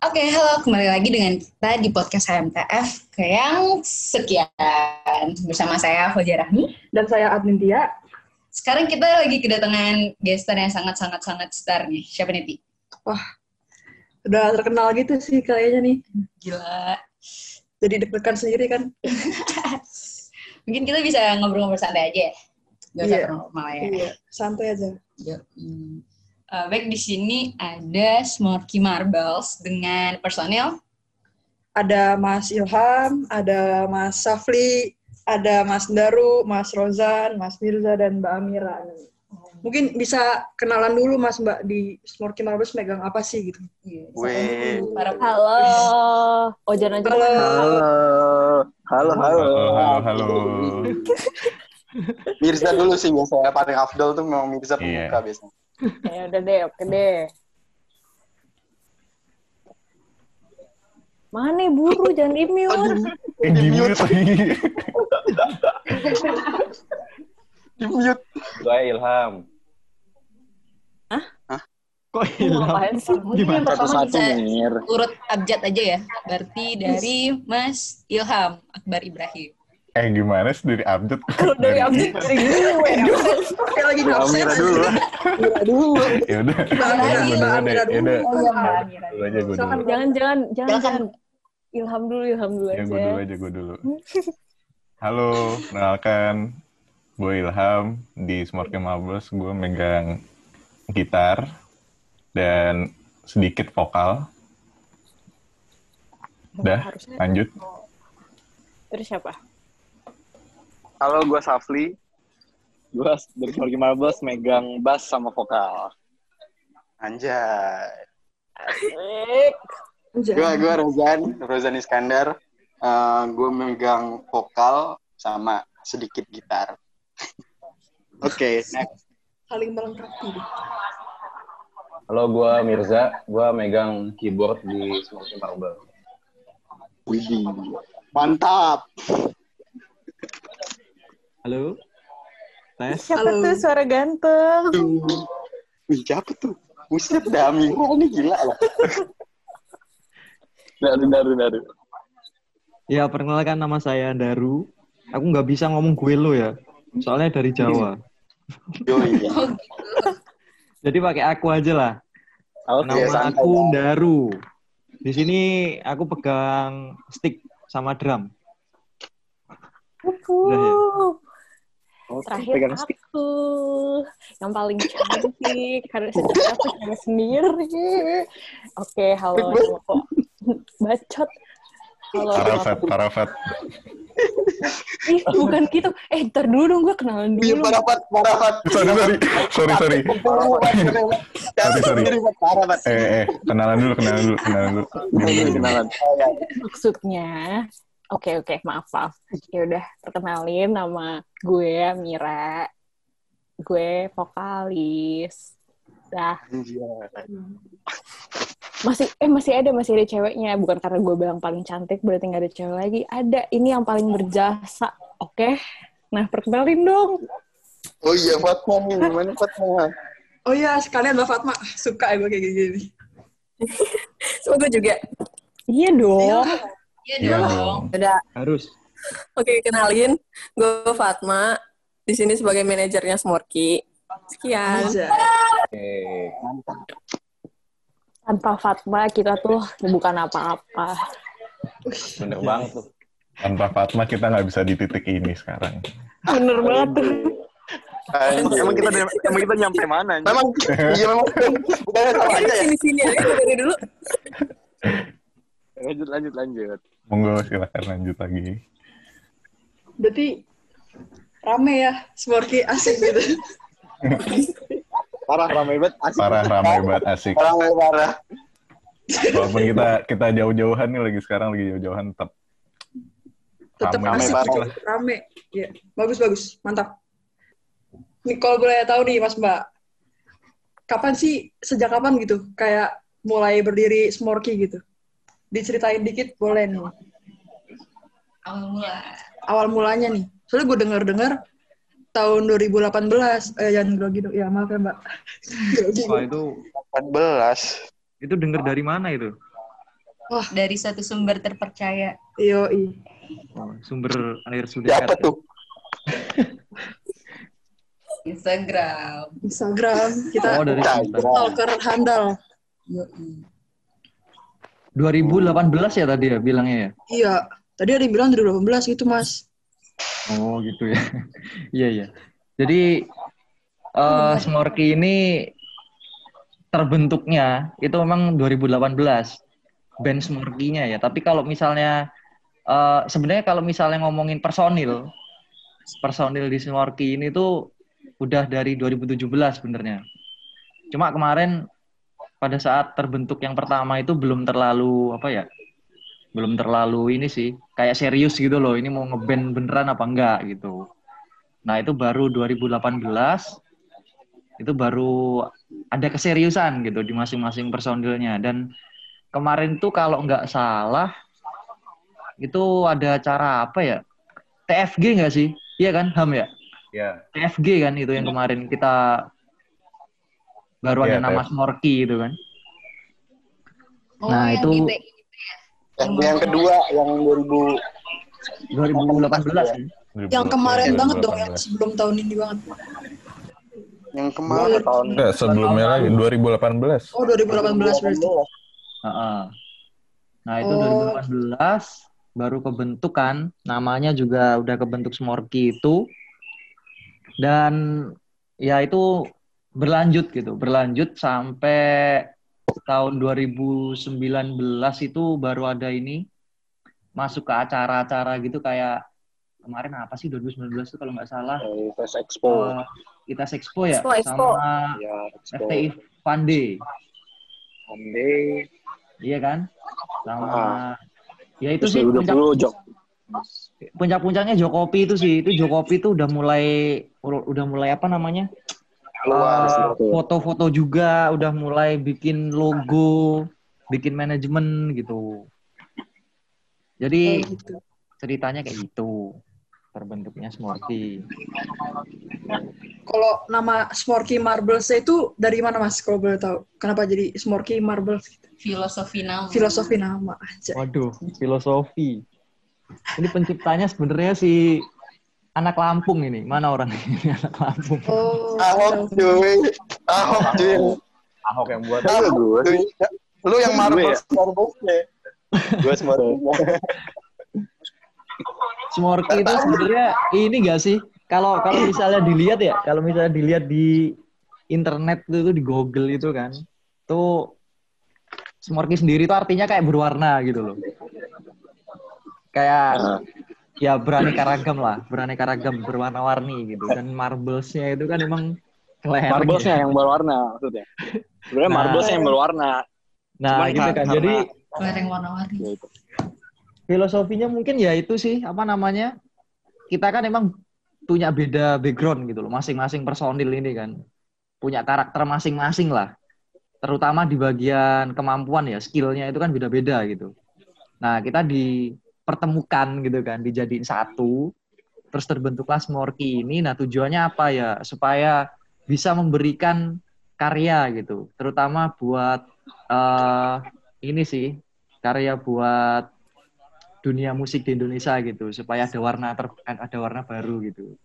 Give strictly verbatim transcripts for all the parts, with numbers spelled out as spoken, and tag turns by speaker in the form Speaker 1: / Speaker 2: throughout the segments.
Speaker 1: Oke, halo. Kembali lagi dengan kita di podcast H M T F ke yang sekian. Bersama saya, Fauzia Rahmi.
Speaker 2: Dan saya, Admin Tia.
Speaker 1: Sekarang kita lagi kedatangan gestar yang sangat-sangat-sangat star nih. Siapa nih, Ti?
Speaker 2: Wah, udah terkenal gitu sih kayaknya nih.
Speaker 1: Gila.
Speaker 2: Jadi deg-degan sendiri kan.
Speaker 1: Mungkin kita bisa ngobrol-ngobrol santai aja ya? Gak usah
Speaker 2: Iya.
Speaker 1: formal ya?
Speaker 2: Iya, santai aja.
Speaker 1: Yo. Uh, baik, di sini ada Smorky Marbles dengan personil.
Speaker 2: Ada Mas Ilham, ada Mas Safli, ada Mas Daru, Mas Rozan, Mas Mirza, dan Mbak Amira. Mungkin bisa kenalan dulu Mas Mbak di Smorky Marbles megang apa sih gitu.
Speaker 1: Weh.
Speaker 3: Halo. Oh, jangan aja.
Speaker 2: Halo.
Speaker 4: Halo. Halo, halo.
Speaker 5: Halo, halo.
Speaker 4: Mirza dulu sih biasanya, paling afdol tuh memang Mirza pembuka
Speaker 5: Iya.
Speaker 4: biasanya.
Speaker 3: Ya udah deh, oke deh. Mana nih buru, jangan di-mute.
Speaker 5: Eh, di mute lagi.
Speaker 4: Di mute.
Speaker 6: Gue Ilham.
Speaker 5: Kok
Speaker 3: Lu
Speaker 5: hilang?
Speaker 3: ngapain sih?
Speaker 1: Yang pertama
Speaker 4: Satu-satu
Speaker 1: bisa
Speaker 4: Mir.
Speaker 1: urut abjad aja ya. Berarti dari Mas Ilham Akbar Ibrahim.
Speaker 5: Eh, gimana sih dari update?
Speaker 3: Kalau dari update dari gue dong.
Speaker 2: Kayak lagi
Speaker 4: Mbak
Speaker 2: ngabsen.
Speaker 4: Amira dulu. Mira dulu.
Speaker 5: Ya udah.
Speaker 2: Mbak Amira,
Speaker 5: Gue dulu
Speaker 2: Mbak
Speaker 5: deh.
Speaker 2: Amira
Speaker 5: Ya
Speaker 2: dulu.
Speaker 5: udah.
Speaker 1: Oh iya, Mbak Amira.
Speaker 5: Dulu aja gue
Speaker 2: Silakan.
Speaker 5: dulu.
Speaker 3: Jangan, jangan, jangan.
Speaker 1: Silakan.
Speaker 3: jangan. Ilham dulu, Ilham dulu
Speaker 5: Ya
Speaker 3: aja.
Speaker 5: gue dulu aja, gue dulu. Halo, kenalkan. Gue Ilham. Di Smorky Marbles gue megang gitar dan sedikit vokal. Udah,
Speaker 3: Harusnya.
Speaker 5: lanjut.
Speaker 3: Terus siapa?
Speaker 4: Halo, gue Safli. Gue dari Smorky Marbles megang bass sama vokal. Anjay.
Speaker 3: Asik.
Speaker 4: Gue gue Rozan, Rozan Iskandar. Eh, gue megang vokal sama sedikit gitar. Oke, next.
Speaker 2: Saling melengkapi.
Speaker 6: Halo, gue Mirza. Gue megang keyboard di Smorky Marble.
Speaker 4: Widih. Mantap.
Speaker 7: Halo, tes.
Speaker 3: Siapa
Speaker 2: Halo.
Speaker 3: tuh suara ganteng?
Speaker 4: Wih, siapa tuh? Buset, dah Amira ini gila lah. Daru, daru, daru.
Speaker 7: Ya, perkenalkan nama saya Daru. Aku nggak bisa ngomong gue lo ya, soalnya dari Jawa.
Speaker 4: Yoi.
Speaker 1: Oh gitu.
Speaker 7: Jadi pakai aku aja lah.
Speaker 4: Oke,
Speaker 7: Nama
Speaker 4: santai.
Speaker 7: aku Daru. Di sini aku pegang stick sama drum. Udah ya?
Speaker 4: Oke,
Speaker 3: Terakhir
Speaker 4: pegang stick.
Speaker 3: aku yang paling cantik karena secara aku cewek sendiri. Oke, halo. Bacot. Halo.
Speaker 5: Parafat, parafat.
Speaker 3: Ih, bukan gitu. Eh, ntar dulu dong, gue kenalan
Speaker 4: Iya,
Speaker 3: dulu.
Speaker 4: parapat, parapat.
Speaker 5: Sorry, sorry. Sorry, sorry. Sorry, sorry.
Speaker 4: Parapat.
Speaker 5: Eh, eh, kenalan dulu, kenalan dulu, kenalan dulu.
Speaker 4: Kenalan.
Speaker 3: Maksudnya, oke oke, maaf maaf. Ya udah, perkenalin nama gue Mira. Gue vokalis. Dah. Masih eh masih ada masih ada ceweknya, bukan karena gue bilang paling cantik berarti nggak ada cewek lagi. Ada, ini yang paling berjasa. Oke. Nah, perkenalin dong.
Speaker 4: Oh iya, Fatma nih. Gimana Fatma?
Speaker 2: Oh iya, sekalian Mbak Fatma. Suka ya gue kayak gini.
Speaker 8: Semua gue juga.
Speaker 3: Iya dong.
Speaker 1: Iya
Speaker 5: Iya
Speaker 1: dong.
Speaker 5: dong.
Speaker 8: Udah.
Speaker 7: Harus.
Speaker 8: Oke, kenalin. Gue Fatma. Di sini sebagai manajernya Smorky. Sekian.
Speaker 2: Aja.
Speaker 6: Oke.
Speaker 3: Tanpa Fatma kita tuh bukan apa-apa.
Speaker 6: Bener banget tuh.
Speaker 5: Tanpa Fatma kita nggak bisa di titik ini sekarang.
Speaker 3: Bener banget tuh.
Speaker 4: Emang kita emang kita nyampe mana? Memang iya memang udah sama aja ya.
Speaker 8: Sini-sini aja dari dulu.
Speaker 4: Lanjut lanjut lanjut.
Speaker 5: Monggo silakan lanjut lagi.
Speaker 2: Berarti rame ya, Smorky asik gitu.
Speaker 4: Parah ramai banget. Asik.
Speaker 5: Parah, ramai banget, asik.
Speaker 4: Parah ramai parah.
Speaker 5: Walaupun kita kita jauh-jauhan nih lagi sekarang lagi jauh-jauhan tetap
Speaker 2: Tetap
Speaker 5: ramai
Speaker 2: asik,
Speaker 4: banget.
Speaker 5: lah.
Speaker 2: rame. Iya, bagus bagus, mantap. Nih kalau boleh tahu nih Mas Mbak, kapan sih, sejak kapan gitu, kayak mulai berdiri Smorky gitu? Diceritain dikit boleh nih.
Speaker 1: Awal mula.
Speaker 2: Awal mulanya nih. Soalnya gue dengar-dengar tahun dua ribu delapan belas, eh jangan grogi dong. Ya maaf ya Mbak. Grogi.
Speaker 7: Wah, itu
Speaker 4: delapan belas.
Speaker 7: itu dengar dari mana itu?
Speaker 2: Wah.
Speaker 1: Dari satu sumber terpercaya.
Speaker 2: Yoi.
Speaker 7: Oh, sumber air sudah
Speaker 4: Ya apa tuh?
Speaker 1: Instagram.
Speaker 2: Instagram kita
Speaker 7: Oh, dari Instagram.
Speaker 2: stalker handal.
Speaker 1: Yoi.
Speaker 7: dua ribu delapan belas ya tadi ya bilangnya ya?
Speaker 2: Iya. Tadi ada yang bilang dua ribu delapan belas gitu, Mas.
Speaker 7: Oh, gitu ya. Iya, iya. Jadi uh, Smorky ini terbentuknya itu memang dua ribu delapan belas band Smorky-nya ya. Tapi kalau misalnya uh, sebenarnya kalau misalnya ngomongin personil, personil di Smorky ini tuh udah dari dua ribu tujuh belas sebenarnya. Cuma kemarin pada saat terbentuk yang pertama itu belum terlalu apa ya? Belum terlalu ini sih, kayak serius gitu loh. Ini mau ngeband beneran apa enggak gitu. Nah, itu baru dua ribu delapan belas itu baru ada keseriusan gitu di masing-masing personilnya. Dan kemarin tuh kalau nggak salah itu ada acara apa ya? T F G nggak sih? Iya kan, Ham ya?
Speaker 5: Iya.
Speaker 7: T F G kan itu yang kemarin kita baru ada
Speaker 5: Iya,
Speaker 7: nama
Speaker 5: T F G.
Speaker 7: Smorky itu kan.
Speaker 1: Oh,
Speaker 7: Nah,
Speaker 1: yang
Speaker 7: itu
Speaker 1: di T I gitu ya?
Speaker 4: Yang, yang kedua yang dua ribu
Speaker 7: dua ribu delapan belas kan?
Speaker 2: Yang kemarin
Speaker 5: Iya,
Speaker 2: banget dong,
Speaker 5: dua ribu delapan
Speaker 2: yang
Speaker 5: belas.
Speaker 2: sebelum tahun ini banget.
Speaker 4: yang kemarin tahun
Speaker 5: Enggak, sebelumnya lagi dua ribu delapan belas.
Speaker 2: Oh, dua ribu delapan belas berarti.
Speaker 7: Uh-uh. Nah, itu
Speaker 2: Oh.
Speaker 7: dua ribu delapan belas baru kebentuk kan, namanya juga udah kebentuk Smorky itu. Dan ya itu berlanjut gitu, berlanjut sampai tahun dua ribu sembilan belas itu baru ada ini masuk ke acara-acara gitu kayak kemarin apa sih dua ribu sembilan belas itu kalau nggak salah
Speaker 4: eh, Fest Expo.
Speaker 7: uh, Itas Expo ya
Speaker 8: Expo, Expo.
Speaker 7: sama
Speaker 4: Ya,
Speaker 7: F
Speaker 4: Expo.
Speaker 7: T I Fun Day.
Speaker 4: Monday.
Speaker 7: Iya kan? Sama
Speaker 4: Ah.
Speaker 7: ya itu
Speaker 4: Terus
Speaker 7: sih
Speaker 4: dua ribu dua puluh
Speaker 7: puncak,
Speaker 4: Jok.
Speaker 7: puncak-puncaknya Jokopi itu sih. Itu Jokopi itu udah mulai udah mulai apa namanya?
Speaker 4: Keluar
Speaker 7: Uh,
Speaker 4: gitu.
Speaker 7: foto-foto juga udah mulai bikin logo, bikin manajemen gitu. Jadi
Speaker 2: Oh, gitu.
Speaker 7: ceritanya kayak gitu. Terbentuknya Smorky.
Speaker 2: Kalau nama Smorky Marbles itu dari mana, Mas? Kalau boleh tahu. Kenapa jadi Smorky Marbles? Gitu?
Speaker 1: Filosofi nama.
Speaker 2: Filosofi nama aja.
Speaker 7: Waduh, filosofi. Ini penciptanya sebenarnya si anak Lampung ini. Mana orang ini anak Lampung?
Speaker 2: Oh,
Speaker 4: Ahok cuy. Ahok cuy.
Speaker 6: Ahok yang buat.
Speaker 4: Ahok
Speaker 6: gue
Speaker 4: cuy. Lu yang
Speaker 6: Gue
Speaker 4: Marvel
Speaker 6: ya?
Speaker 4: Marvelnya.
Speaker 6: gue semua
Speaker 7: Smorky itu sebenarnya ini gak sih? Kalau kalau misalnya dilihat ya, kalau misalnya dilihat di internet itu, di Google itu kan, tuh Smorky sendiri tuh artinya kayak berwarna gitu loh. Kayak ya beraneka ragam lah, beraneka ragam, berwarna-warni gitu. Dan marblesnya itu kan emang kelereng.
Speaker 6: Marblesnya
Speaker 7: ya.
Speaker 6: yang berwarna maksudnya. Sebenarnya
Speaker 7: Nah.
Speaker 6: marblesnya yang berwarna.
Speaker 7: Nah
Speaker 6: Cuman
Speaker 7: gitu kan.
Speaker 6: karena-
Speaker 7: Jadi
Speaker 1: Kelereng warna-warni.
Speaker 6: Ya itu.
Speaker 7: filosofinya mungkin ya itu sih, apa namanya, kita kan emang punya beda background gitu loh, masing-masing personil ini kan punya karakter masing-masing lah, terutama di bagian kemampuan ya, skillnya itu kan beda-beda gitu. Nah kita dipertemukan gitu kan, dijadiin satu, terus terbentuklah Smorky ini. Nah tujuannya apa ya, supaya bisa memberikan karya gitu, terutama buat uh, ini sih, karya buat dunia musik di Indonesia gitu, supaya ada warna ter ada warna baru gitu.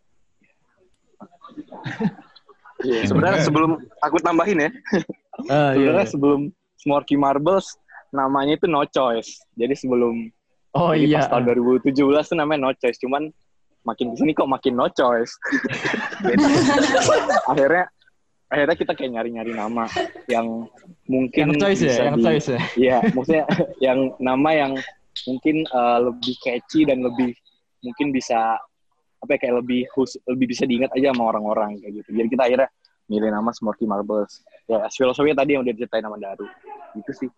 Speaker 6: Iya, sebenarnya sebelum aku tambahin ya.
Speaker 7: Uh,
Speaker 6: Sebenarnya sebelum Smorky Marbles namanya itu No Choice. Jadi sebelum
Speaker 7: Oh
Speaker 6: jadi
Speaker 7: iya.
Speaker 6: pas tahun dua ribu tujuh belas tuh namanya No Choice. Cuman makin kesini kok makin No Choice. Jadi, akhirnya akhirnya kita kayak nyari-nyari nama yang mungkin
Speaker 7: Yang choice ya,
Speaker 6: bisa
Speaker 7: yang
Speaker 6: di-
Speaker 7: choice ya.
Speaker 6: Iya, maksudnya yang nama yang mungkin uh, lebih catchy dan lebih mungkin bisa apa ya, kayak lebih khus- lebih bisa diingat aja sama orang-orang kayak gitu. Jadi kita akhirnya milih nama Smorky Marbles. Ya, filosofinya tadi yang udah diceritain sama Daru. Gitu sih.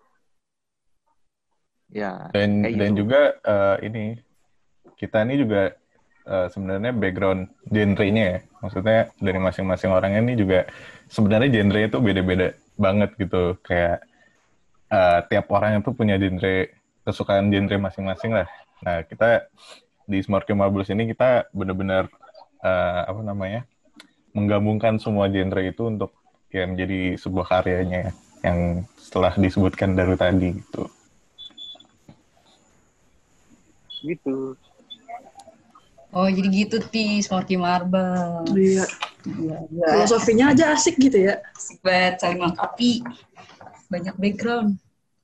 Speaker 7: Ya.
Speaker 5: Dan
Speaker 7: kayak
Speaker 5: dan
Speaker 7: gitu.
Speaker 5: juga eh, ini kita ini juga eh, sebenarnya background genre-nya ya. Maksudnya dari masing-masing orang ini juga sebenarnya genre itu beda-beda banget gitu. Kayak eh, tiap orang itu punya genre, kesukaan genre masing-masing lah. Nah, kita di Smorky Marbles ini kita benar-benar eh, apa namanya? menggabungkan semua genre itu untuk ya menjadi sebuah karyanya yang setelah disebutkan dari tadi gitu.
Speaker 6: gitu.
Speaker 1: Oh, jadi gitu Ti, Smoky Marble.
Speaker 2: Iya.
Speaker 1: Iya, iya.
Speaker 2: Filosofinya aja asik gitu ya.
Speaker 1: Asik banget, saling melengkapi. Banyak background.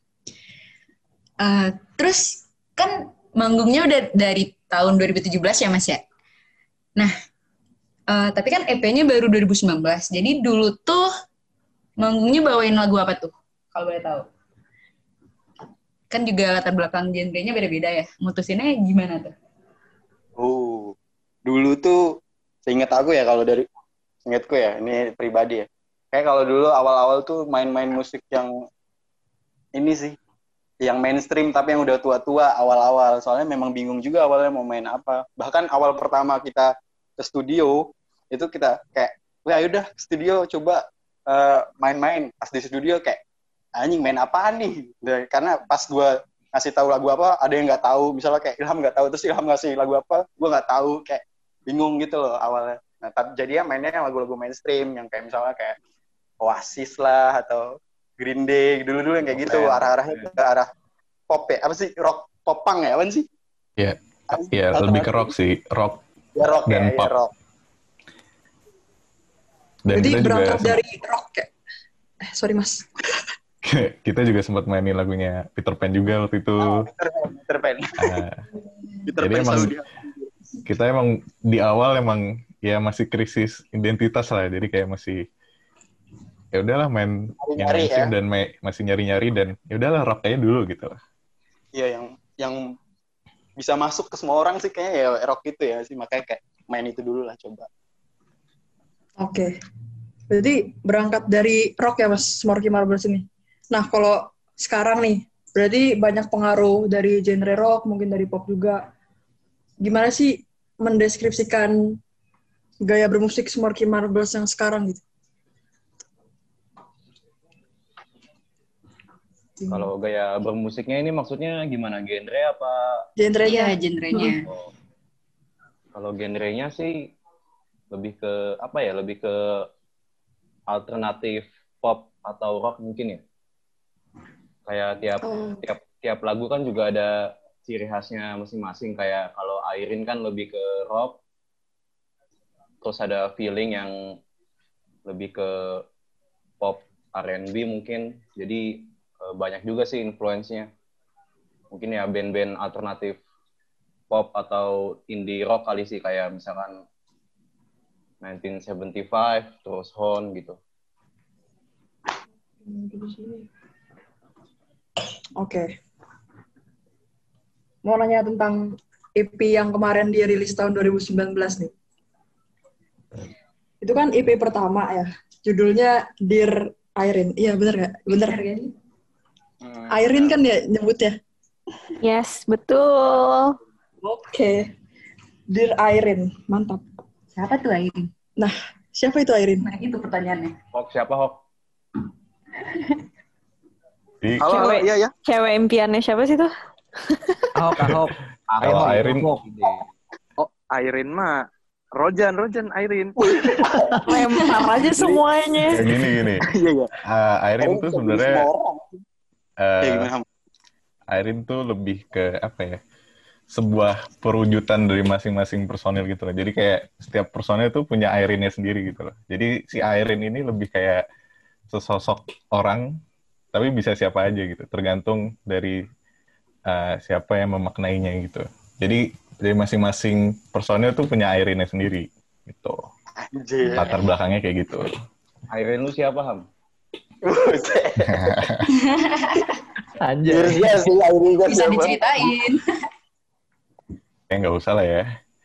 Speaker 1: Uh, terus kan manggungnya udah dari tahun dua ribu tujuh belas ya Mas ya? Nah, uh, tapi kan E P-nya baru dua ribu sembilan belas. Jadi dulu tuh manggungnya bawain lagu apa tuh? Kalau boleh tahu. Kan juga latar belakang genre-nya beda-beda ya. Mutusinnya gimana tuh?
Speaker 4: Oh, dulu tuh seingat aku ya kalau dari seingatku ya, ini pribadi ya. Kayak kalau dulu awal-awal tuh main-main musik yang ini sih, yang mainstream tapi yang udah tua-tua awal-awal. Soalnya memang bingung juga awalnya mau main apa. Bahkan awal pertama kita ke studio itu kita kayak, wah yaudah studio coba uh, main-main. Pas di studio kayak anjing main apaan nih? Karena pas gua ngasih tahu lagu apa, ada yang nggak tahu. Misalnya kayak Ilham nggak tahu, terus Ilham ngasih lagu apa, gue nggak tahu, kayak bingung gitu loh awalnya. Nah, tapi jadinya mainnya yang lagu-lagu mainstream, yang kayak misalnya kayak Oasis lah, atau Green Day, dulu-dulu yang kayak gitu, arah-arahnya ke arah pop ya, apa sih, rock, popang ya, apa sih?
Speaker 5: Iya, yeah. yeah, lebih ke rock sih, rock,
Speaker 4: ya, rock
Speaker 5: dan
Speaker 4: ya,
Speaker 5: pop.
Speaker 4: Ya, rock.
Speaker 5: Dan
Speaker 2: jadi
Speaker 5: kita
Speaker 2: berangkat
Speaker 5: juga
Speaker 2: dari rock ya? Eh, sorry mas.
Speaker 5: Kita juga sempat mainin lagunya Peter Pan juga waktu itu.
Speaker 4: Oh, Peter Pan, Peter Pan.
Speaker 5: Uh,
Speaker 4: Peter
Speaker 5: jadi
Speaker 4: Pan
Speaker 5: emang
Speaker 4: dia.
Speaker 5: Kita emang di awal emang ya masih krisis identitas lah, jadi kayak masih ya udahlah main nyari, yang mainstream ya? Dan ma- masih nyari-nyari dan ya udahlah rock aja dulu gitu lah.
Speaker 4: Iya, yang yang bisa masuk ke semua orang sih kayaknya ya rock itu ya sih, makanya kayak main itu dulu lah coba.
Speaker 2: Oke. Okay. Berarti berangkat dari rock ya Mas Smoky Marbles ini. Nah, kalau sekarang nih, berarti banyak pengaruh dari genre rock, mungkin dari pop juga. Gimana sih mendeskripsikan gaya bermusik Smoky Marbles yang sekarang gitu?
Speaker 7: Kalau gaya bermusiknya ini maksudnya gimana? Genre apa?
Speaker 2: Genrenya.
Speaker 1: Iya, genrenya.
Speaker 7: Oh. Kalau genrenya sih lebih ke apa ya? Lebih ke alternatif pop atau rock mungkin ya. Kayak tiap oh. tiap tiap lagu kan juga ada ciri khasnya masing-masing. Kayak kalau Airin kan lebih ke rock, terus ada Feeling yang lebih ke pop R and B mungkin. Jadi banyak juga sih influence-nya. Mungkin ya band-band alternatif pop atau indie rock kali sih, kayak misalkan nineteen seventy-five, terus Hon gitu.
Speaker 2: Oke. Okay. Mau nanya tentang E P yang kemarin dia rilis tahun dua ribu sembilan belas nih. Itu kan E P pertama ya. Judulnya Dear Airin. Iya bener nggak? Bener kan? Hmm, Airin kan ya nyebutnya?
Speaker 3: Yes, betul.
Speaker 2: Oke. Okay. Dear Airin. Mantap.
Speaker 1: Siapa tuh Airin?
Speaker 2: Nah, siapa itu Airin?
Speaker 1: Nah, itu pertanyaannya.
Speaker 7: Hok, siapa Hok?
Speaker 4: Halo,
Speaker 3: cewek,
Speaker 4: iya ya.
Speaker 3: Cewek impiannya siapa sih tuh?
Speaker 7: Ahok, Ahok.
Speaker 5: Kalau Airin.
Speaker 6: Oh, Airin mah Rojan, Rojan, Airin.
Speaker 3: Lempar aja semuanya.
Speaker 5: Ya, gini, gini. uh, Airin tuh sebenarnya uh, Airin tuh lebih ke apa ya? Sebuah perwujudan dari masing-masing personil gitu loh. Jadi kayak setiap personil tuh punya Airinnya sendiri gitu loh. Jadi si Airin ini lebih kayak sesosok orang, tapi bisa siapa aja gitu. Tergantung dari uh, siapa yang memaknainya gitu. Jadi dari masing-masing personil tuh punya Airinnya sendiri gitu. Anjir. Latar belakangnya kayak gitu.
Speaker 7: Airin lu siapa, Ham?
Speaker 4: Anjir. Iya sih, Airin gua
Speaker 1: bisa diceritain.
Speaker 5: Ya nggak usah lah ya.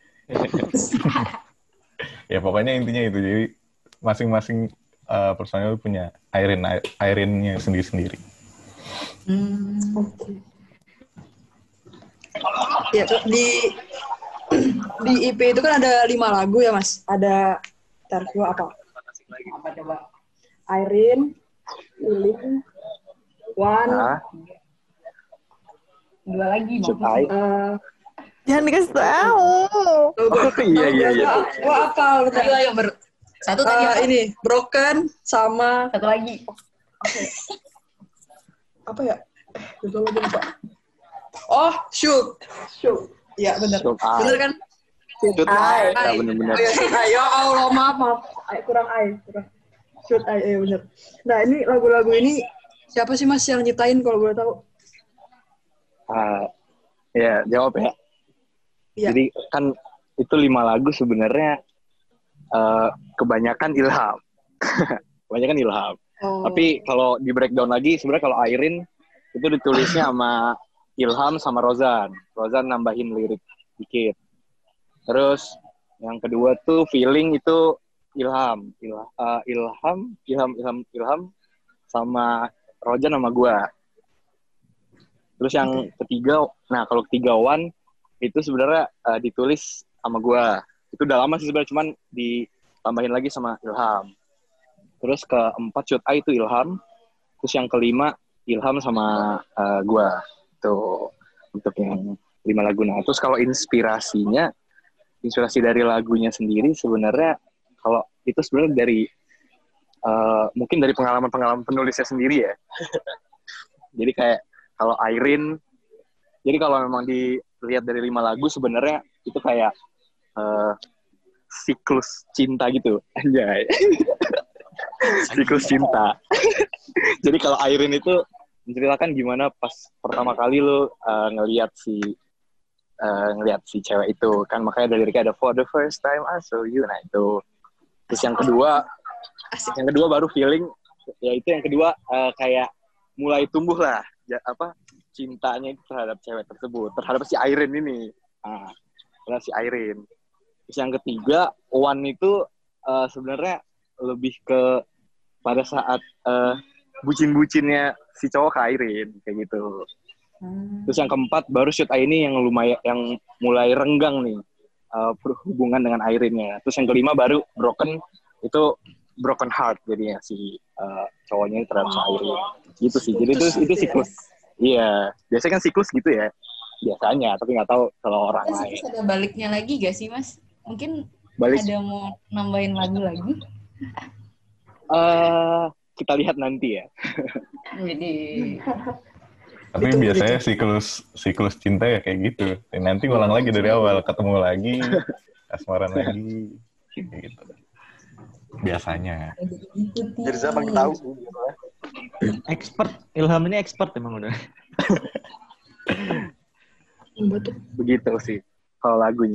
Speaker 5: Ya pokoknya intinya itu. Jadi masing-masing uh, personil punya Airin, Airinnya sendiri-sendiri.
Speaker 2: Hmm, oke. Okay. Ya, di di E P itu kan ada lima lagu ya Mas. Ada ntar gua apa? Apa coba? Airin, Feeling, One, ah.
Speaker 1: dua lagi mau.
Speaker 2: Uh,
Speaker 3: Jangan dikasih tahu.
Speaker 4: Oh iya iya iya.
Speaker 2: Gua akal.
Speaker 1: Tadi lah yang ber satu tadi
Speaker 2: uh, ini Broken sama
Speaker 1: satu lagi.
Speaker 2: Okay. Apa ya? Betul lagi lupa. Oh, shoot. Shoot. Iya benar.
Speaker 6: Shoot eye.
Speaker 2: Benar kan?
Speaker 6: Shoot eye. Ya, bener-bener.
Speaker 2: Oh ya shoot eye. Ya Allah maaf maaf. Ay, kurang eye. Kurang. Shoot eye. Ya benar. Nah ini lagu-lagu ini siapa sih mas yang nyiptain kalau boleh tahu?
Speaker 6: Uh, ya jawab ya.
Speaker 2: Iya.
Speaker 6: Jadi kan itu lima lagu sebenarnya uh, kebanyakan Ilham. Kebanyakan Ilham.
Speaker 2: Oh.
Speaker 6: Tapi kalau di breakdown lagi sebenarnya kalau Airin itu ditulisnya sama Ilham sama Rozan. Rozan nambahin lirik dikit. Terus yang kedua tuh feeling itu Ilham, Ilham, uh, Ilham, Ilham, Ilham, Ilham sama Rozan sama gua. Terus yang ketiga, nah kalau ketiga One itu sebenarnya uh, ditulis sama gua. Itu udah lama sih sebenarnya, cuman ditambahin lagi sama Ilham. Terus keempat Shoot Eye itu Ilham. Terus yang kelima Ilham sama uh, gua. Tuh untuk yang lima lagu. Nah, terus kalau inspirasinya, inspirasi dari lagunya sendiri sebenarnya kalau itu sebenarnya dari uh, mungkin dari pengalaman-pengalaman penulisnya sendiri ya. Jadi kayak kalau Airin, jadi kalau memang dilihat dari lima lagu sebenarnya itu kayak uh, siklus cinta gitu, anjay. Siklus cinta. Jadi kalau Airin itu menceritakan gimana pas pertama kali lo uh, ngelihat si uh, ngelihat si cewek itu kan, makanya dari liriknya ada for the first time I saw you. Nah itu. Terus yang kedua, yang kedua baru feeling, ya itu yang kedua uh, kayak mulai tumbuh lah. Ya, apa cintanya itu terhadap cewek tersebut, terhadap si Airin ini, nah, terhadap si Airin. Terus yang ketiga, One itu uh, sebenarnya lebih ke pada saat uh, bucin-bucinnya si cowok ke Airin kayak gitu. Hmm. Terus yang keempat baru Shoot Eye ini yang lumayan, yang mulai renggang nih uh, berhubungan dengan Airinnya. Terus yang kelima baru Broken, itu broken heart jadinya si uh, cowoknya terhadap oh. Airin. Gitu sih. Jadi itu itu siklus. Iya, biasanya kan siklus gitu ya. Biasanya, tapi nggak tahu kalau orang lain.
Speaker 1: Terus ada baliknya lagi gak sih, Mas? Mungkin
Speaker 6: Balik.
Speaker 1: Ada mau nambahin lagu lagi?
Speaker 6: Uh, kita lihat nanti ya.
Speaker 1: Jadi
Speaker 5: tapi itu, biasanya itu. siklus siklus cinta ya kayak gitu. Dan nanti ngulang lagi dari awal, ketemu lagi, asmaran lagi, kayak gitu. Biasanya.
Speaker 4: Mirza paling tahu.
Speaker 7: Expert, Ilham ini expert emang udah.
Speaker 6: Begitu sih kalau lagunya.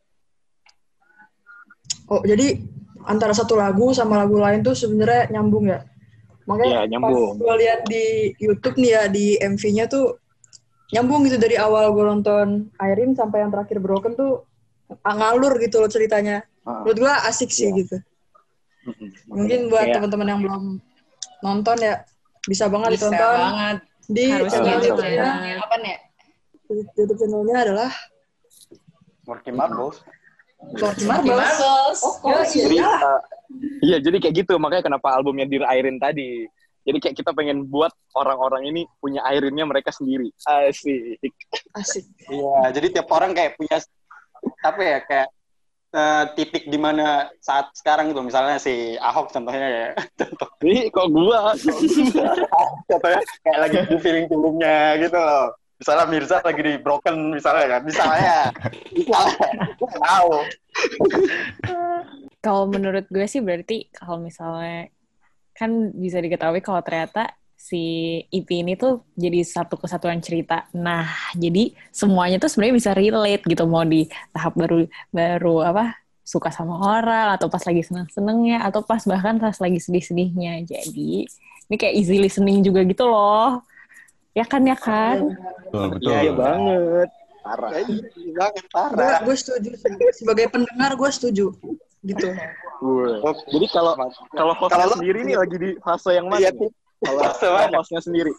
Speaker 2: Oh, jadi antara satu lagu sama lagu lain tuh sebenarnya nyambung ya? Makanya
Speaker 6: ya, nyambung.
Speaker 2: Pas gue lihat di YouTube nih ya, di M V-nya tuh nyambung gitu dari awal gue nonton Airin sampai yang terakhir Broken tuh ngalur gitu loh ceritanya. Uh, Menurut gue asik sih ya. Gitu. Mungkin buat ya. Teman-teman yang belum nonton ya bisa banget
Speaker 1: bisa
Speaker 2: ditonton.
Speaker 1: Banget.
Speaker 2: Di
Speaker 1: YouTube channelnya apa nih?
Speaker 2: YouTube channelnya adalah
Speaker 4: Smorky Marbles.
Speaker 2: Smorky Marbles.
Speaker 1: Of course.
Speaker 6: Jadi, uh, iya, jadi kayak gitu. Makanya kenapa albumnya Dear Airin tadi. Jadi kayak kita pengen buat orang-orang ini punya Airinnya mereka sendiri. Asik.
Speaker 2: Asik.
Speaker 4: Iya, jadi tiap orang kayak punya apa ya, kayak uh, titik di mana saat sekarang gitu. Misalnya si Ahok contohnya ya. Contoh.
Speaker 6: Ih, kok gua?
Speaker 4: Contohnya kayak lagi di feeling-feelingnya gitu loh. Misalnya Mirza lagi di Broken misalnya kan. Misalnya. Misalnya. Tahu.
Speaker 3: Kalau menurut gue sih berarti kalau misalnya kan bisa diketahui kalau ternyata si E P ini tuh jadi satu kesatuan cerita. Nah, jadi semuanya tuh sebenarnya bisa relate gitu, mau di tahap baru baru apa suka sama orang atau pas lagi seneng-senengnya atau pas bahkan pas lagi sedih-sedihnya. Jadi ini kayak easy listening juga gitu loh. Ya kan ya kan?
Speaker 5: Betul, betul.
Speaker 6: Iya banget. Parah.
Speaker 4: Iya banget, parah.
Speaker 2: Gue setuju. Sebagai pendengar gue setuju. Gitu.
Speaker 6: Oh, jadi kalau kalau hostnya kalau sendiri nih lagi di fase yang mana? Iya, kalau hostnya sendiri.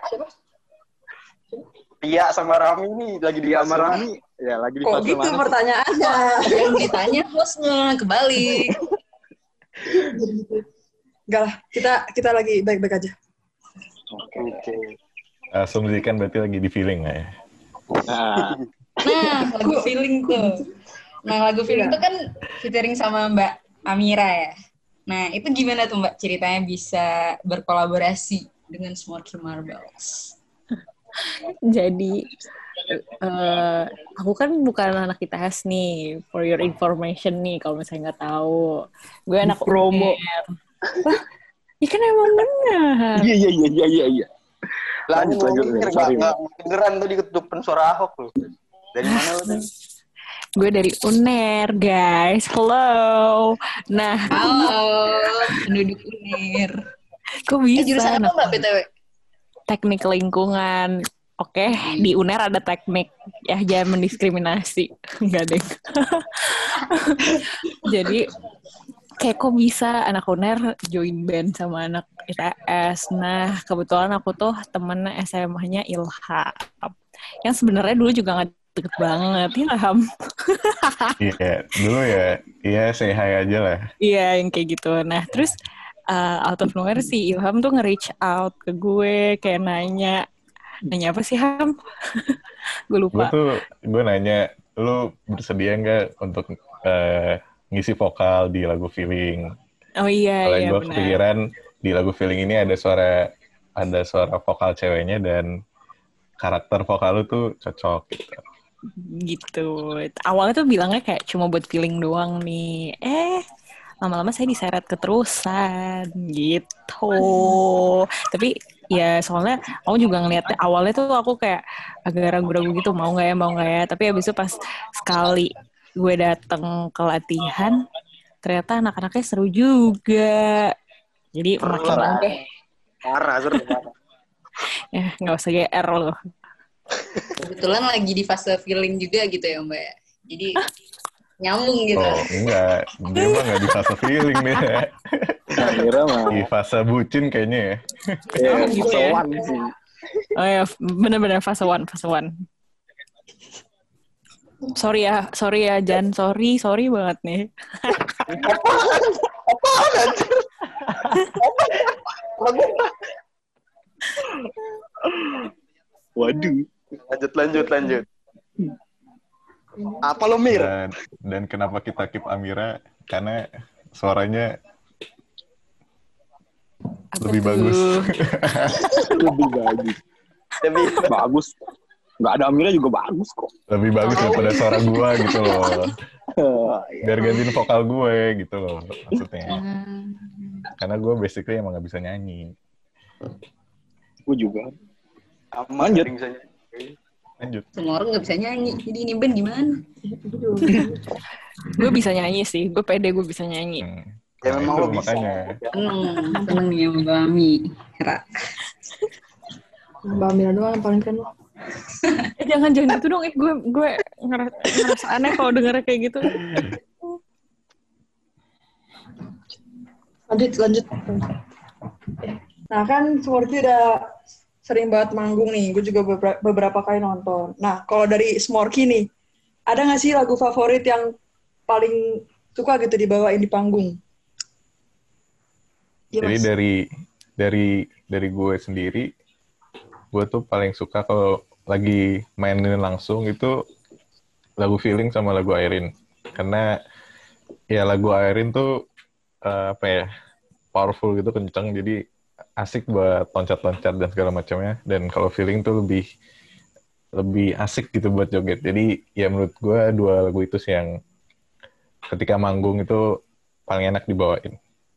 Speaker 4: Tia sama Rami nih lagi di
Speaker 6: sama Rami. Ya, lagi di
Speaker 2: fase
Speaker 6: gitu mana?
Speaker 2: Kok gitu pertanyaannya?
Speaker 1: Yang ditanya hostnya kebalik.
Speaker 2: Enggak lah, kita kita lagi baik-baik aja.
Speaker 6: Oke. Okay.
Speaker 5: Asumsikan berarti lagi di feeling nggak ya?
Speaker 6: Nah,
Speaker 1: nah lagu feeling tuh. Nah lagu feeling tuh kan featuring sama Mbak Amira ya. Nah itu gimana tuh Mbak ceritanya bisa berkolaborasi dengan Smorky Marbles?
Speaker 3: Jadi eh, aku kan bukan anak I T S nih, for your information nih, kalau misalnya nggak tahu. Gue anak
Speaker 6: promo.
Speaker 3: Uner. Wah, ya kan emang benar.
Speaker 6: Iya iya iya iya iya iya. Lanjut lanjut.
Speaker 4: Nggak
Speaker 6: Sorry.
Speaker 4: nggak kedengeran tuh diketupan suara Ahok loh. Dari mana lo?
Speaker 3: Gue dari Uner, guys. Hello. Nah,
Speaker 1: Halo, penduduk Uner.
Speaker 3: kok
Speaker 1: Eh,
Speaker 3: bisa?
Speaker 1: jurusan apa
Speaker 3: anak
Speaker 1: Mbak B T W?
Speaker 3: Teknik lingkungan. Oke, di Uner ada teknik. Ya, jangan mendiskriminasi. Enggak deh. Jadi, kayak kok bisa anak Uner join band sama anak I T S. Nah, kebetulan aku tuh temen S M A-nya Ilham. Yang sebenarnya dulu juga gak deket banget, Ilham.
Speaker 5: Iya, dulu ya, iya say hi aja lah.
Speaker 3: Iya, yang kayak gitu. Nah, terus uh, out of nowhere si Ilham tuh nge-reach out ke gue, kayak nanya. Nanya apa sih, Ham? Gue
Speaker 5: Gue
Speaker 3: lupa.
Speaker 5: tuh, gue nanya, lu bersedia nggak untuk eh, ngisi vokal di lagu Feeling?
Speaker 3: Oh iya,
Speaker 5: Kalau
Speaker 3: iya
Speaker 5: gue
Speaker 3: benar.
Speaker 5: kepikiran di lagu Feeling ini ada suara ada suara vokal ceweknya dan karakter vokal lu tuh cocok gitu.
Speaker 3: Gitu. Awalnya tuh bilangnya kayak cuma buat feeling doang nih. Eh, lama-lama saya diseret keterusan gitu. Tapi ya soalnya aku juga ngeliat awalnya tuh aku kayak agak ragu-ragu gitu, mau nggak ya, mau nggak ya. Tapi habis itu pas sekali gue dateng ke latihan, ternyata anak-anaknya seru juga. Jadi makin mau deh.
Speaker 4: Parah, seru parah.
Speaker 3: Ya, nggak usah G R loh.
Speaker 1: Kebetulan lagi di fase feeling juga gitu ya Mbak. Jadi nyambung gitu.
Speaker 5: Oh enggak, dia mah nggak di fase feeling dia.
Speaker 6: Kira mah.
Speaker 5: Di fase bucin kayaknya ya.
Speaker 6: Iya,
Speaker 3: Oh, gitu ya.
Speaker 6: sowan sih.
Speaker 3: Oh ya, bener-bener fase one, fase one. Sorry ya, sorry ya Jan, sorry, sorry banget nih.
Speaker 4: Apaan anjir?
Speaker 6: Waduh.
Speaker 4: Lanjut lanjut lanjut. Apa lo Mir?
Speaker 5: Dan, dan kenapa kita keep Amira? Karena suaranya
Speaker 3: Apa
Speaker 5: lebih
Speaker 3: tuh?
Speaker 5: bagus.
Speaker 6: Lebih bagus.
Speaker 4: Lebih
Speaker 6: Bagus. Nggak ada Amira juga bagus kok.
Speaker 5: Lebih bagus daripada suara gua gitu loh.
Speaker 6: Iya.
Speaker 5: Biar gantiin vokal gue gitu loh maksudnya.
Speaker 1: Hmm.
Speaker 5: Karena gue basically emang gak bisa nyanyi.
Speaker 6: Gue juga.
Speaker 4: aman
Speaker 6: Lanjut.
Speaker 4: bisa nyanyi.
Speaker 5: Lanjut.
Speaker 1: Semua orang nggak bisa nyanyi. Jadi ini band gimana?
Speaker 3: Gue bisa nyanyi sih, gue pede gue bisa nyanyi.
Speaker 5: Hmm.
Speaker 4: Ya
Speaker 5: Nah,
Speaker 4: memang
Speaker 5: itu
Speaker 4: lo bisa.
Speaker 5: makanya.
Speaker 1: Seneng, seneng nih sama Mbak Ami. Ra.
Speaker 2: Mbak Mira doang yang paling keren.
Speaker 3: Eh jangan jangan gitu dong, gue gue ngerasa, ngerasa aneh kalau denger kayak gitu.
Speaker 2: Lanjut, lanjut. Nah kan Smorky udah sering banget manggung nih. Gue juga beberapa, beberapa kali nonton. Nah kalau dari Smorky nih, ada nggak sih lagu favorit yang paling suka gitu dibawain di panggung? Iya,
Speaker 5: Jadi
Speaker 2: Mas.
Speaker 5: dari dari dari gue sendiri, gue tuh paling suka kalau lagi mainin langsung itu lagu Feeling sama lagu Airin. Karena ya lagu Airin tuh uh, apa ya, powerful gitu, kenceng, jadi asik buat loncat-loncat dan segala macamnya. Dan kalau Feeling tuh lebih lebih asik gitu buat joget. Jadi ya menurut gue dua lagu itu sih yang ketika manggung itu paling enak dibawain.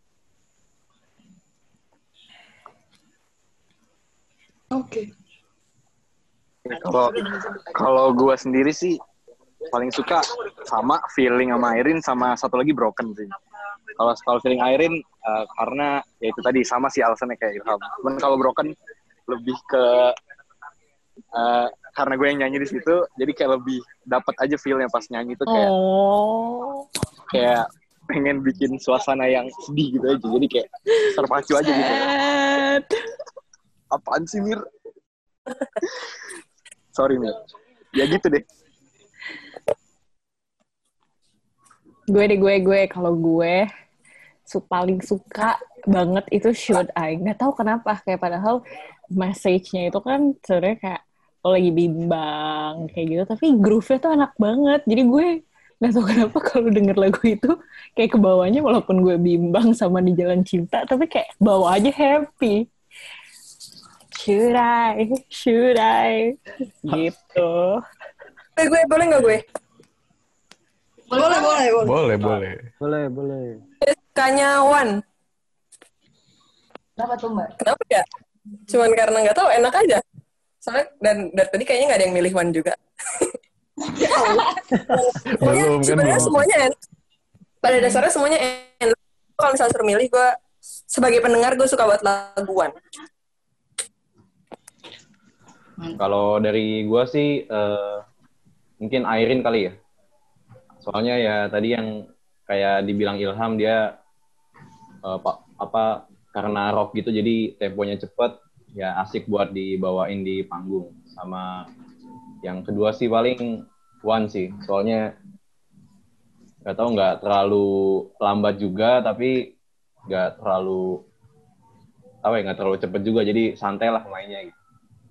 Speaker 2: Oke.
Speaker 6: Kalau kalau gue sendiri sih paling suka sama Feeling sama Airin, sama satu lagi Broken sih. Kalau kalau Feeling Airin uh, karena ya itu tadi sama sih alasannya kayak Ilham. Cuman kalau Broken lebih ke uh, karena gue yang nyanyi di situ, jadi kayak lebih dapat aja feel-nya pas nyanyi tuh kayak
Speaker 3: Oh.
Speaker 6: kayak pengen bikin suasana yang sedih gitu aja. Jadi kayak terpacu aja gitu.
Speaker 3: Sad.
Speaker 6: Apaan sih Mir? Sorry Mir. Ya gitu deh.
Speaker 3: Gue deh gue gue kalau gue su paling suka banget itu Should I. Nggak tahu kenapa, kayak padahal message-nya itu kan sebenarnya kayak lo lagi bimbang kayak gitu, tapi groove-nya tuh enak banget. Jadi gue nggak tahu kenapa kalau denger lagu itu kayak kebawahnya walaupun gue bimbang sama di jalan cinta, tapi kayak bawa aja happy. should I, should I, gitu.
Speaker 8: Eh, gue boleh nggak gue?
Speaker 2: Boleh, boleh, boleh.
Speaker 5: Boleh, boleh.
Speaker 6: Boleh, boleh.
Speaker 8: Sukanya Wan.
Speaker 1: Kenapa tuh Mbak?
Speaker 8: Kenapa ya? Cuman karena nggak tahu, enak aja. Soalnya dan dari tadi kayaknya nggak ada yang milih Wan juga. Semuanya,
Speaker 5: Belum, kan
Speaker 8: sebenarnya
Speaker 5: belum.
Speaker 8: semuanya enak. Pada dasarnya semuanya enak. Kalau misalnya suruh milih, gue sebagai pendengar gue suka buat lagu Wan.
Speaker 9: Kalau dari gua sih eh, mungkin Airin kali ya. Soalnya ya tadi yang kayak dibilang Ilham dia eh, pa- apa karena rock gitu jadi temponya cepet ya asik buat dibawain di panggung. Sama yang kedua sih paling One sih. Soalnya nggak tahu nggak terlalu lambat juga tapi nggak terlalu apa ya nggak terlalu cepet juga jadi santai lah mainnya gitu.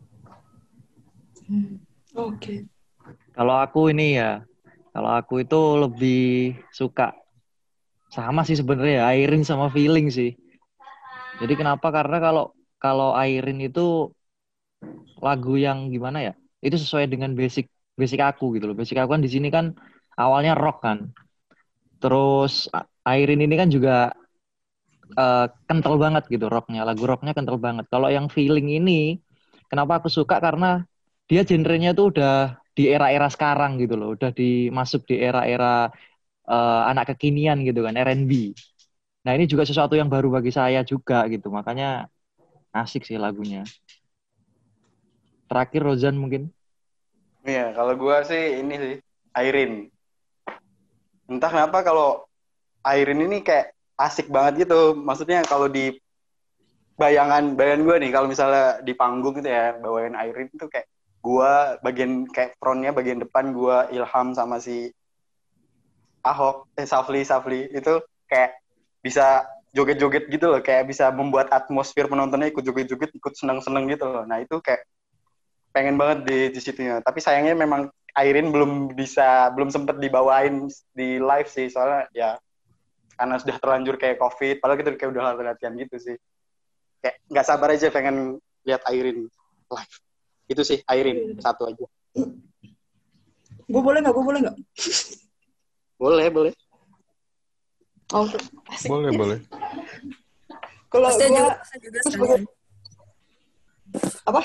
Speaker 2: Oke.
Speaker 7: Kalau aku ini ya, kalau aku itu lebih suka sama sih sebenarnya Airin sama Feeling sih. Jadi kenapa? Karena kalau kalau Airin itu lagu yang gimana ya? Itu sesuai dengan basic basic aku gitu loh. Basic aku kan di sini kan awalnya rock kan. Terus A- Airin ini kan juga eh, kental banget gitu rocknya. Lagu rocknya kental banget. Kalau yang Feeling ini, kenapa aku suka? Karena dia genrenya tuh udah di era-era sekarang gitu loh. Udah dimasuk di era-era eh, anak kekinian gitu kan, R and B. Nah ini juga sesuatu yang baru bagi saya juga gitu. Makanya asik sih lagunya. Terakhir Rozan mungkin.
Speaker 4: Iya, kalau gua sih ini sih Airin. Entah kenapa kalau Airin ini kayak asik banget gitu. Maksudnya kalau di bayangan bayangan gue nih kalau misalnya di panggung gitu ya bawain Airin itu kayak gua bagian kayak frontnya bagian depan gua Ilham sama si Ahok eh Safli Safli itu kayak bisa joget-joget gitu loh kayak bisa membuat atmosfer penontonnya ikut joget-joget ikut seneng-seneng gitu loh. Nah itu kayak pengen banget di di situnya. Tapi sayangnya memang Airin belum bisa belum sempet dibawain di live sih soalnya ya karena sudah terlanjur kayak COVID. Padahal kita kayak udah latihan gitu sih. Kayak nggak sabar aja pengen lihat Airin live. Itu sih Airin satu aja.
Speaker 2: Gue boleh nggak? Gue boleh nggak?
Speaker 4: Boleh boleh.
Speaker 2: Oh,
Speaker 5: Boleh, boleh.
Speaker 2: kalau
Speaker 8: Saya
Speaker 2: gue
Speaker 8: juga, saya juga
Speaker 2: sebagai apa?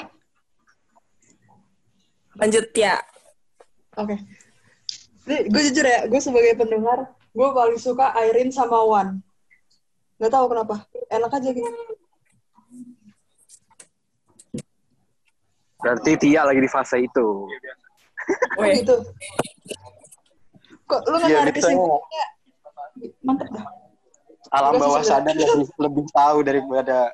Speaker 8: Lanjut ya.
Speaker 2: Oke. Nih, gue jujur ya, gue sebagai pendengar, gue paling suka Airin sama Wan. Gak tahu kenapa, enak aja gitu.
Speaker 6: Berarti Tia lagi di fase itu.
Speaker 2: Oh gitu. Kok lu nggak
Speaker 4: Iya,
Speaker 2: narik
Speaker 4: bisa.
Speaker 2: kesimpulannya? Mantep dah.
Speaker 4: Alam
Speaker 2: Terus
Speaker 4: bawah
Speaker 2: sudah.
Speaker 4: sadar lebih lebih tahu daripada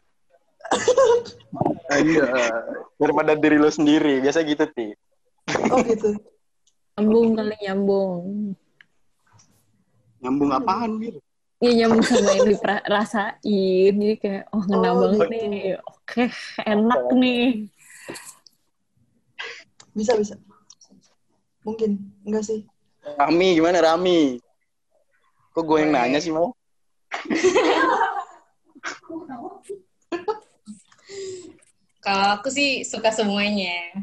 Speaker 6: Iya.
Speaker 4: daripada diri lo sendiri. Biasa gitu, Ti.
Speaker 2: Oh gitu.
Speaker 3: Nyambung kali nyambung.
Speaker 4: Nyambung apaan, Bir?
Speaker 3: Iya nyambung sama yang dirasain. Jadi kayak, oh ngena
Speaker 2: Oh,
Speaker 3: banget
Speaker 2: gitu.
Speaker 3: nih. Oke, enak nih.
Speaker 2: Bisa bisa. Mungkin enggak sih.
Speaker 4: Rami, gimana Rami? Kok gue yang nanya sih, Mau?
Speaker 1: Kalau aku sih suka semuanya.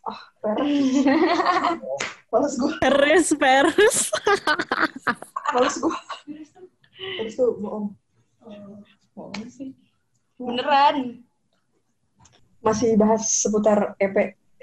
Speaker 2: Males gue.
Speaker 3: Peres, peres.
Speaker 2: Males gue. Terus tuh bohong.
Speaker 1: Bohong sih. Beneran.
Speaker 2: Masih bahas seputar E P.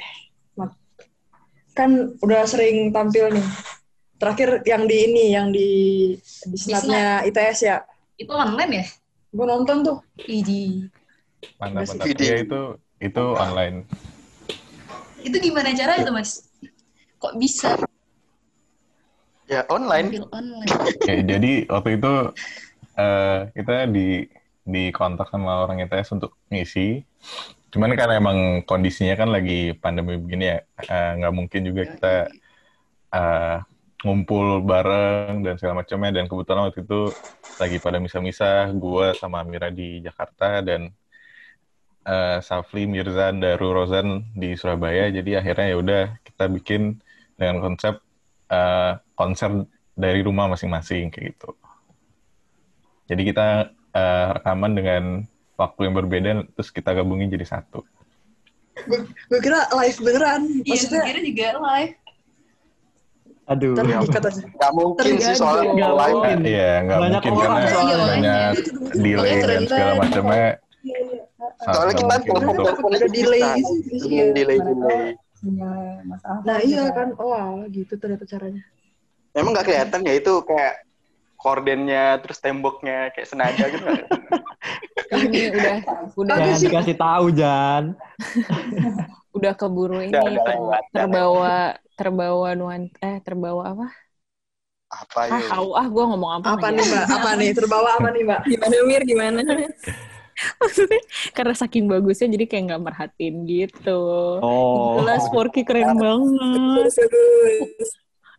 Speaker 2: Kan udah sering tampil nih. Terakhir yang di ini, yang di di snapnya I T S ya.
Speaker 1: Itu online ya?
Speaker 2: Gue nonton tuh.
Speaker 1: Idi.
Speaker 5: Mantap, mantap.
Speaker 4: Video.
Speaker 5: Iya, itu itu online.
Speaker 1: Itu gimana cara itu, Mas? Kok bisa
Speaker 4: Ya, online.
Speaker 1: tampil online?
Speaker 5: Ya, jadi waktu itu eh, kita di di kontak sama orang I T S untuk ngisi. Cuman karena emang kondisinya kan lagi pandemi begini ya, eh, nggak mungkin juga kita eh, ngumpul bareng dan segala macamnya. Dan kebetulan waktu itu lagi pada misah-misah, gue sama Amira di Jakarta dan eh, Safli, Mirzan, Daru, Rozan di Surabaya. Jadi akhirnya ya udah kita bikin dengan konsep eh, konser dari rumah masing-masing kayak gitu. Jadi kita eh, rekaman dengan waktu yang berbeda terus kita gabungin jadi satu.
Speaker 2: Gue kira live beneran.
Speaker 1: Iya,
Speaker 2: Maksudnya
Speaker 1: kira juga live.
Speaker 7: Aduh.
Speaker 2: ntar diikat aja.
Speaker 4: Nggak mungkin sih soalnya
Speaker 7: Nggak
Speaker 4: live.
Speaker 7: mungkin.
Speaker 5: Iya, nggak
Speaker 7: Banyak
Speaker 5: mungkin
Speaker 7: orang
Speaker 5: karena
Speaker 7: soalnya.
Speaker 5: banyak delay dan segala macamnya.
Speaker 4: Soalnya kita
Speaker 5: Sangat mungkin untuk
Speaker 4: telepon
Speaker 2: Ada delay
Speaker 4: Nah,
Speaker 2: gitu sih.
Speaker 4: Iya, delay delay.
Speaker 2: Nah iya kan, oh wow, gitu ternyata caranya.
Speaker 4: Emang nggak kelihatan ya itu kayak kordennya terus temboknya kayak senada gitu nggak?
Speaker 3: Ini udah udah
Speaker 7: Jangan dikasih tahu, Jan.
Speaker 3: udah keburu ini
Speaker 4: Udah, udah
Speaker 3: ter-
Speaker 4: lewat, udah
Speaker 3: terbawa terbawa nuan eh terbawa apa?
Speaker 4: Apa
Speaker 3: Ah,
Speaker 4: ya?
Speaker 3: tahu ah gue ngomong apa?
Speaker 2: Apa
Speaker 3: nggak
Speaker 2: nih
Speaker 3: jelas.
Speaker 2: mbak? Apa nih? Terbawa apa nih mbak?
Speaker 8: Gimana Mir, gimana?
Speaker 3: Maksudnya karena saking bagusnya jadi kayak nggak merhatiin gitu.
Speaker 7: Oh.
Speaker 3: Jelas Forky keren banget.
Speaker 8: Bagus.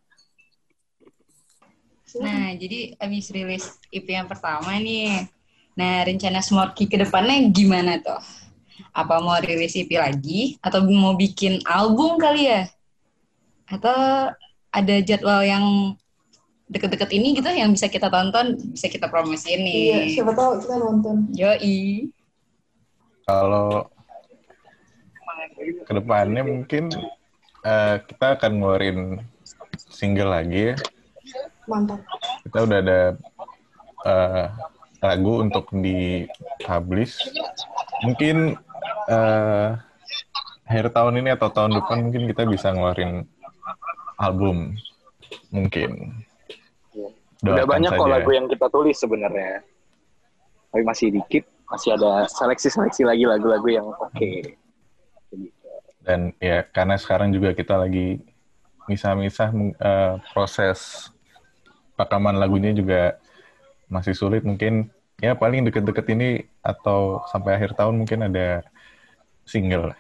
Speaker 1: Nah, jadi abis rilis E P yang pertama nih. Nah, rencana Smorky ke depannya gimana tuh? Apa mau rilis E P lagi? Atau mau bikin album kali ya? Atau ada jadwal yang deket-deket ini gitu yang bisa kita tonton, bisa kita promosiin nih.
Speaker 2: Iya, siapa tahu kita nonton.
Speaker 1: Yoi.
Speaker 5: Kalau kedepannya mungkin eh, kita akan ngeluarin single lagi ya.
Speaker 2: Mantap.
Speaker 5: Kita udah ada eh, lagu untuk di-publish. Mungkin eh, akhir tahun ini atau tahun depan mungkin kita bisa ngeluarin album. Mungkin.
Speaker 6: Udah
Speaker 5: Doakan
Speaker 6: banyak kok
Speaker 5: saja.
Speaker 6: lagu yang kita tulis sebenarnya. Tapi masih dikit, masih ada seleksi-seleksi lagi lagu-lagu yang oke.
Speaker 5: Dan ya karena sekarang juga kita lagi misah-misah eh, proses rekaman lagunya juga masih sulit, mungkin ya paling deket-deket ini atau sampai akhir tahun mungkin ada single.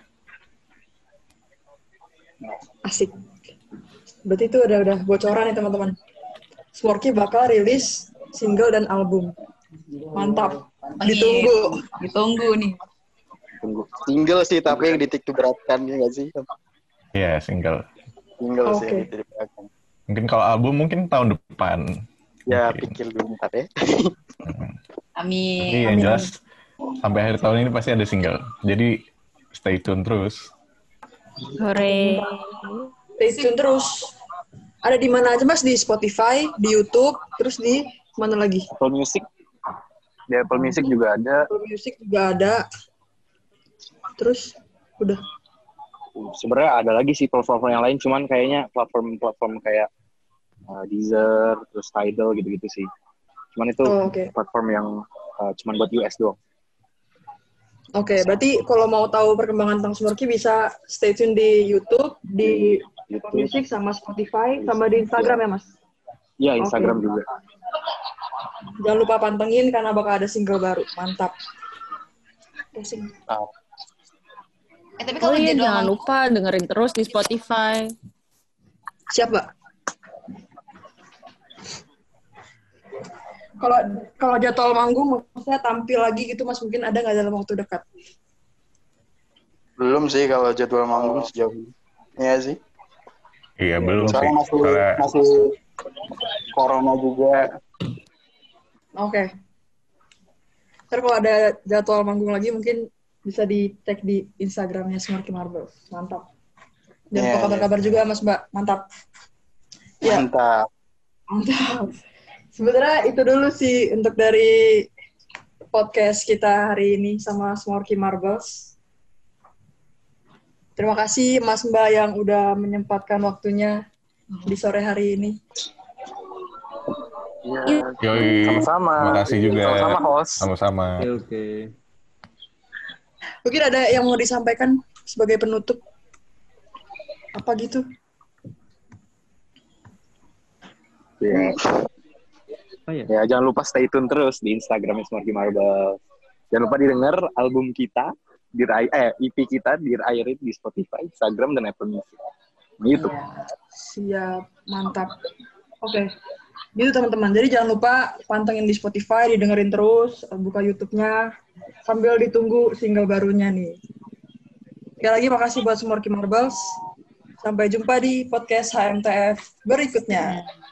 Speaker 2: Asik. Berarti itu udah udah bocoran nih teman-teman. Smorky bakal rilis single dan album. Mantap. Ditunggu.
Speaker 1: Ditunggu nih.
Speaker 4: Tunggu. Single sih tapi yang ditik beratkan ya nggak sih?
Speaker 5: Ya, single.
Speaker 4: Single sih
Speaker 2: Oke.
Speaker 4: yang ditik beratkan.
Speaker 5: Mungkin kalau album mungkin tahun depan.
Speaker 4: Ya
Speaker 5: Mungkin.
Speaker 4: pikir dulu ntar ya.
Speaker 1: Amin.
Speaker 5: Tapi yang jelas sampai akhir tahun ini pasti ada single. Jadi stay tune terus.
Speaker 3: Hore.
Speaker 2: Stay tune terus. Ada di mana aja mas? Di Spotify, di YouTube, terus di mana lagi?
Speaker 6: Apple Music. Di Apple Music juga ada.
Speaker 2: Apple Music juga ada. Terus udah.
Speaker 6: Sebenarnya ada lagi sih platform yang lain, cuman kayaknya platform-platform kayak uh, Deezer, terus Tidal gitu-gitu sih. Cuman itu
Speaker 2: Oh, oke.
Speaker 6: platform yang uh, cuman buat U S doang.
Speaker 2: Oke, berarti kalau mau tahu perkembangan tentang Smorky bisa stay tune di YouTube, di Apple Music, sama Spotify, sama di Instagram ya mas?
Speaker 6: Iya, Instagram
Speaker 2: Oke.
Speaker 6: juga.
Speaker 2: Jangan lupa pantengin karena bakal ada single baru. Mantap. Pusing.
Speaker 1: Eh, tapi
Speaker 3: Oh
Speaker 1: kalau
Speaker 3: iya,
Speaker 1: jadwal
Speaker 3: jangan
Speaker 1: manggung-
Speaker 3: lupa dengerin terus di Spotify.
Speaker 2: Siap, Mbak? Kalau kalau jadwal manggung maksudnya tampil lagi gitu Mas, mungkin ada nggak dalam waktu dekat?
Speaker 4: Belum sih kalau jadwal manggung sejauh ini. Iya sih.
Speaker 5: Iya, belum sih.
Speaker 4: Soalnya masih
Speaker 5: Soalnya
Speaker 4: masih corona juga.
Speaker 2: Oke. Ntar kalau ada jadwal manggung lagi mungkin bisa dicek di Instagramnya Smorky Marble. Mantap. Dan
Speaker 4: Iya,
Speaker 2: yeah, kabar-kabar
Speaker 4: iya.
Speaker 2: juga Mas Mbak. Mantap. Ya,
Speaker 4: Mantap.
Speaker 2: mantap. Sebenarnya itu dulu sih untuk dari podcast kita hari ini sama Smorky Marbles. Terima kasih Mas Mbak yang udah menyempatkan waktunya di sore hari ini.
Speaker 6: Iya.
Speaker 5: yoi.
Speaker 6: Sama-sama.
Speaker 5: Terima kasih juga.
Speaker 6: Sama-sama host.
Speaker 5: Sama-sama.
Speaker 7: Oke, oke.
Speaker 2: Mungkin ada yang mau disampaikan sebagai penutup? Apa gitu?
Speaker 6: Ya.
Speaker 7: Oh ya.
Speaker 6: Ya, jangan lupa stay tune terus di Instagramnya Smorky Marble. Jangan lupa didengar album kita, Dear I- eh, E P kita, Dear Irit di Spotify, Instagram, dan Apple Music. Gitu.
Speaker 2: Siap, mantap. Oke, gitu teman-teman. Jadi jangan lupa pantengin di Spotify, didengerin terus, buka YouTube-nya, sambil ditunggu single barunya nih. Sekali lagi makasih buat Smorky Marbles. Sampai jumpa di podcast H M T F berikutnya.